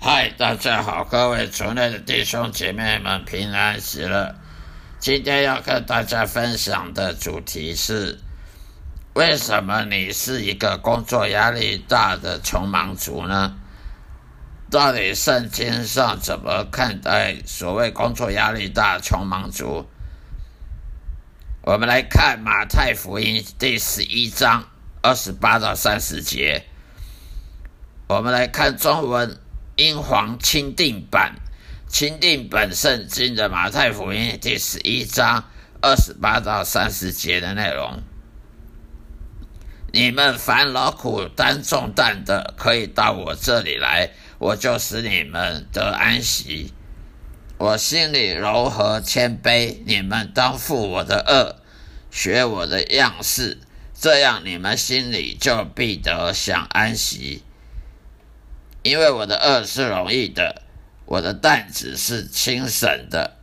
嗨，大家好，各位族内的弟兄姐妹们平安喜乐。今天要跟大家分享的主题是：为什么你是一个工作压力大的穷忙族呢？到底圣经上怎么看待所谓工作压力大穷忙族？我们来看马太福音第11章28到30节。我们来看中文英皇钦定版圣经的马太福音第11章28到30节的内容。你们凡劳苦担重担的，可以到我这里来，我就使你们得安息。我心里柔和谦卑，你们当负我的軛，学我的样式，这样你们心里就必得享安息。因为我的軛是容易的，我的担子是轻省的。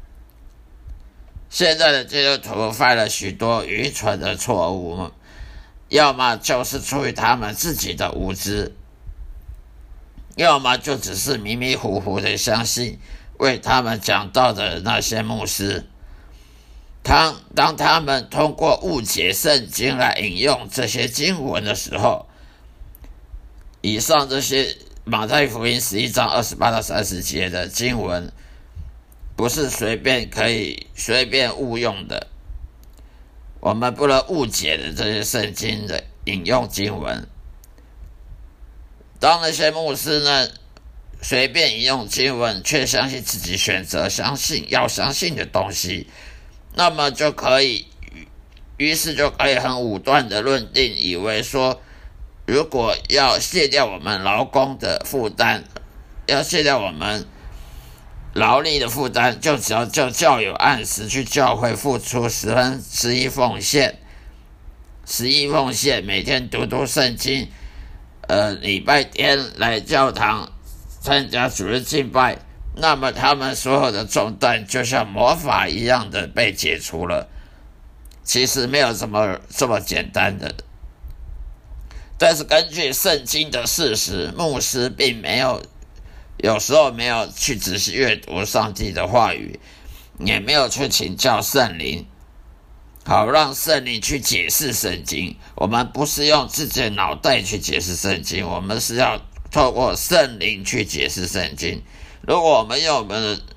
现在的基督徒犯了许多愚蠢的错误，要么就是出于他们自己的无知，要么就只是迷迷糊糊的相信为他们讲道的那些牧师。当他们通过误解圣经来引用这些经文的时候，以上这些马太福音11章28到30节的经文不是可以随便误用的，我们不能误解的这些圣经的引用经文。当那些牧师呢随便引用经文，却相信自己选择要相信的东西，那么于是就可以很武断的论定，以为说如果要卸掉我们劳工的负担，要卸掉我们劳力的负担，就只要叫教友按时去教会付出十一奉献，每天读圣经，礼拜天来教堂参加主日敬拜，那么他们所有的重担就像魔法一样的被解除了。其实没有这么简单的。但是根据圣经的事实，牧师并有时候没有去仔细阅读上帝的话语，也没有去请教圣灵，好让圣灵去解释圣经。我们不是用自己的脑袋去解释圣经，我们是要透过圣灵去解释圣经。如果我们用我们的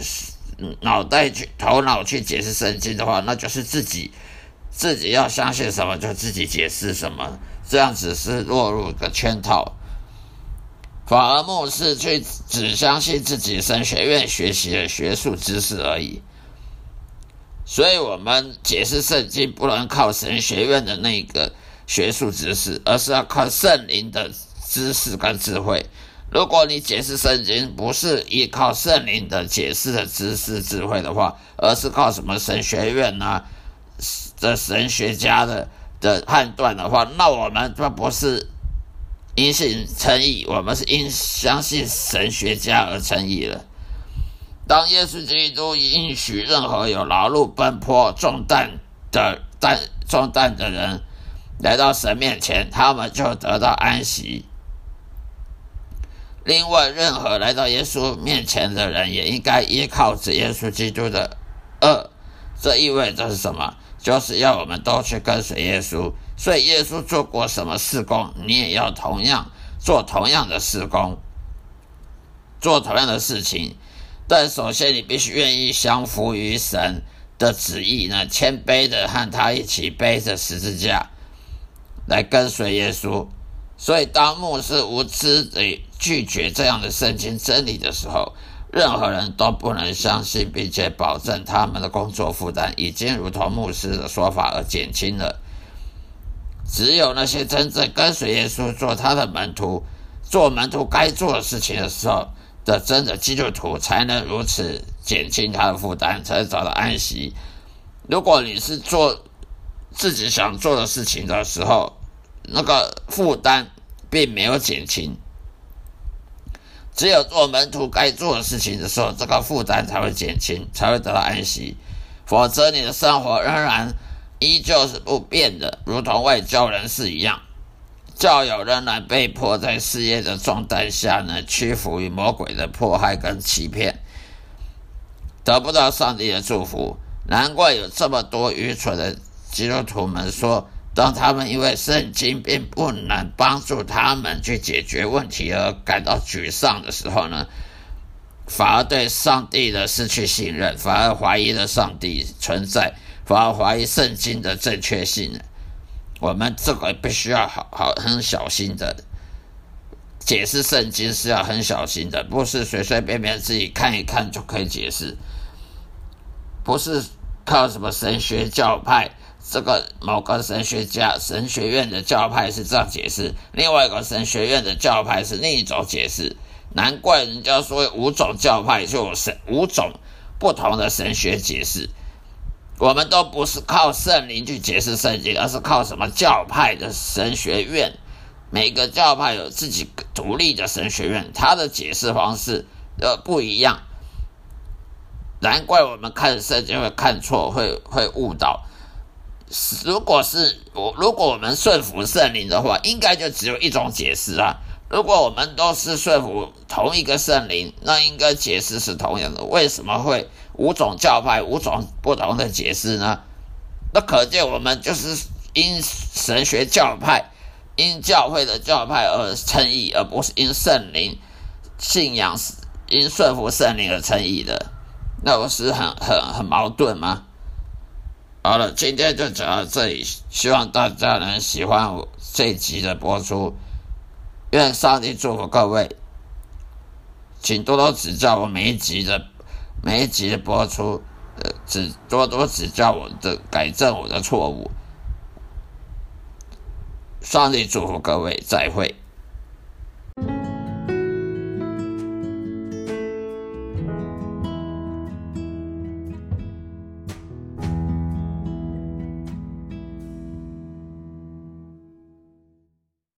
头脑去解释圣经的话，那就是自己要相信什么就自己解释什么，这样只是落入一个圈套。反而牧师只相信自己神学院学习的学术知识而已。所以我们解释圣经不能靠神学院的那个学术知识，而是要靠圣灵的知识跟智慧。如果你解释圣经不是依靠圣灵的解释的知识智慧的话，而是靠什么神学院的神学家的判断的话，那我们就不是因信称义，我们是因相信神学家而称义了。当耶稣基督应许任何有劳碌奔波重担的人来到神面前，他们就得到安息。另外，任何来到耶稣面前的人也应该依靠着耶稣基督的軛。这意味着是什么？就是要我们都去跟随耶稣。所以耶稣做过什么事工，你也要做同样的事工，做同样的事情。但首先你必须愿意降服于神的旨意呢，谦卑的和他一起背着十字架来跟随耶稣。所以当牧师无知地拒绝这样的圣经真理的时候，任何人都不能相信并且保证他们的工作负担已经如同牧师的说法而减轻了。只有那些真正跟随耶稣做他的门徒，做门徒该做的事情的时候的真的基督徒，才能如此减轻他的负担，才能找到安息。如果你是做自己想做的事情的时候，那个负担并没有减轻，只有做门徒该做的事情的时候，这个负担才会减轻，才会得到安息。否则你的生活仍然依旧是不变的，如同外交人士一样， 教友仍然被迫在事业的重担下呢，屈服于魔鬼的迫害跟欺骗，得不到上帝的祝福。难怪有这么多愚蠢的基督徒们说，当他们因为圣经并不能帮助他们去解决问题而感到沮丧的时候呢，反而对上帝的失去信任，反而怀疑了上帝存在，反而怀疑圣经的正确性。我们这个必须要很小心的解释圣经，是要很小心的，不是随随便便自己看一看就可以解释，不是靠什么神学教派，这个某个神学家神学院的教派是这样解释，另外一个神学院的教派是另一种解释。难怪人家说5种教派就有5种不同的神学解释。我们都不是靠圣灵去解释圣经，而是靠什么教派的神学院，每个教派有自己独立的神学院，它的解释方式不一样。难怪我们看圣经会看错，会误导。如果我们顺服圣灵的话，应该就只有一种解释啊。如果我们都是顺服同一个圣灵，那应该解释是同样的。为什么会5种教派5种不同的解释呢？那可见我们就是因神学教派、因教会的教派而称义，而不是因圣灵信仰、因顺服圣灵而称义的。那不是很矛盾吗？好了，今天就讲到这里，希望大家能喜欢我这一集的播出。愿上帝祝福各位，请多多指教我每一集的播出，多多指教我的，改正我的错误。上帝祝福各位，再会。